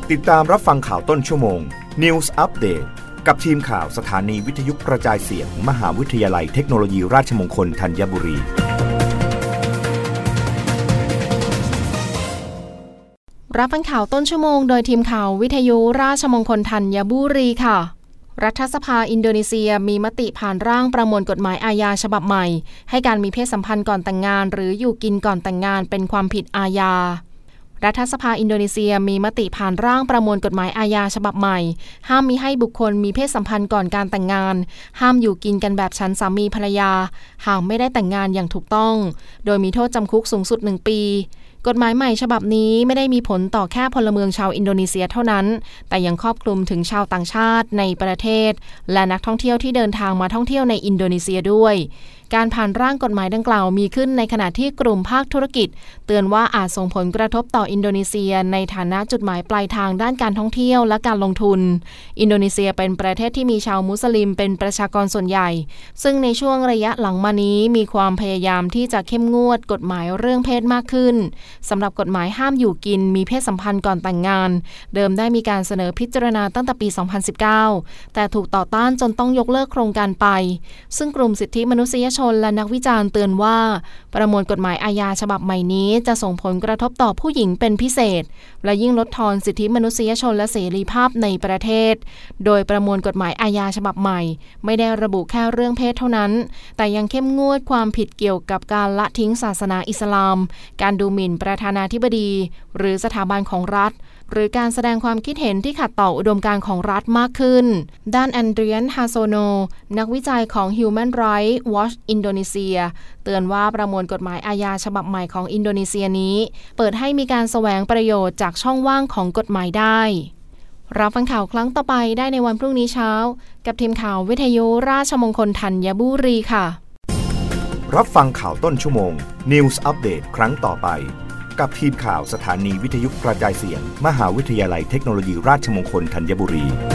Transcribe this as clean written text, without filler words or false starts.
ติดตามรับฟังข่าวต้นชั่วโมง News Update กับทีมข่าวสถานีวิทยุกระจายเสียง มหาวิทยาลัยเทคโนโลยีราชมงคลธัญบุรีรับฟังข่าวต้นชั่วโมงโดยทีมข่าววิทยุราชมงคลธัญบุรีค่ะรัฐสภาอินโดนีเซียมีมติผ่านร่างประมวลกฎหมายอาญาฉบับใหม่ให้การมีเพศสัมพันธ์ก่อนแต่งงานหรืออยู่กินก่อนแต่งงานเป็นความผิดอาญารัฐสภาอินโดนีเซียมีมติผ่านร่างประมวลกฎหมายอาญาฉบับใหม่ห้ามมิให้บุคคลมีเพศสัมพันธ์ก่อนการแต่งงานห้ามอยู่กินกันแบบฉันสามีภรรยาหากไม่ได้แต่งงานอย่างถูกต้องโดยมีโทษจำคุกสูงสุด1 ปีกฎหมายใหม่ฉบับนี้ไม่ได้มีผลต่อแค่พลเมืองชาวอินโดนีเซียเท่านั้นแต่ยังครอบคลุมถึงชาวต่างชาติในประเทศและนักท่องเที่ยวที่เดินทางมาท่องเที่ยวในอินโดนีเซียด้วยการผ่านร่างกฎหมายดังกล่าวมีขึ้นในขณะที่กลุ่มภาคธุรกิจเตือนว่าอาจส่งผลกระทบต่ออินโดนีเซียในฐานะจุดหมายปลายทางด้านการท่องเที่ยวและการลงทุนอินโดนีเซียเป็นประเทศที่มีชาวมุสลิมเป็นประชากรส่วนใหญ่ซึ่งในช่วงระยะหลังมานี้มีความพยายามที่จะเข้มงวดกฎหมายเรื่องเพศมากขึ้นสำหรับกฎหมายห้ามอยู่กินมีเพศสัมพันธ์ก่อนแต่งงานเดิมได้มีการเสนอพิจารณาตั้งแต่ปี 2019 แต่ถูกต่อต้านจนต้องยกเลิกโครงการไปซึ่งกลุ่มสิทธิมนุษยชนและนักวิจารณ์เตือนว่าประมวลกฎหมายอาญาฉบับใหม่นี้จะส่งผลกระทบต่อผู้หญิงเป็นพิเศษและยิ่งลดทอนสิทธิมนุษยชนและเสรีภาพในประเทศโดยประมวลกฎหมายอาญาฉบับใหม่ไม่ได้ระบุแค่เรื่องเพศเท่านั้นแต่ยังเข้มงวดความผิดเกี่ยวกับการละทิ้งศาสนาอิสลามการดูหมิ่นประธานาธิบดีหรือสถาบันของรัฐหรือการแสดงความคิดเห็นที่ขัดต่ออุดมการณ์ของรัฐมากขึ้นด้านแอนเดรียน ฮาโซโนนักวิจัยของ Human Rights Watch อินโดนีเซียเตือนว่าประมวลกฎหมายอาญาฉบับใหม่ของอินโดนีเซียนี้เปิดให้มีการแสวงประโยชน์จากช่องว่างของกฎหมายได้รับฟังข่าวครั้งต่อไปได้ในวันพรุ่งนี้เช้ากับทีมข่าววิทยุราชมงคลธัญบุรีค่ะรับฟังข่าวต้นชั่วโมง News Update ครั้งต่อไปกับทีมข่าวสถานีวิทยุกระจายเสียง มหาวิทยาลัยเทคโนโลยีราชมงคลธัญบุรี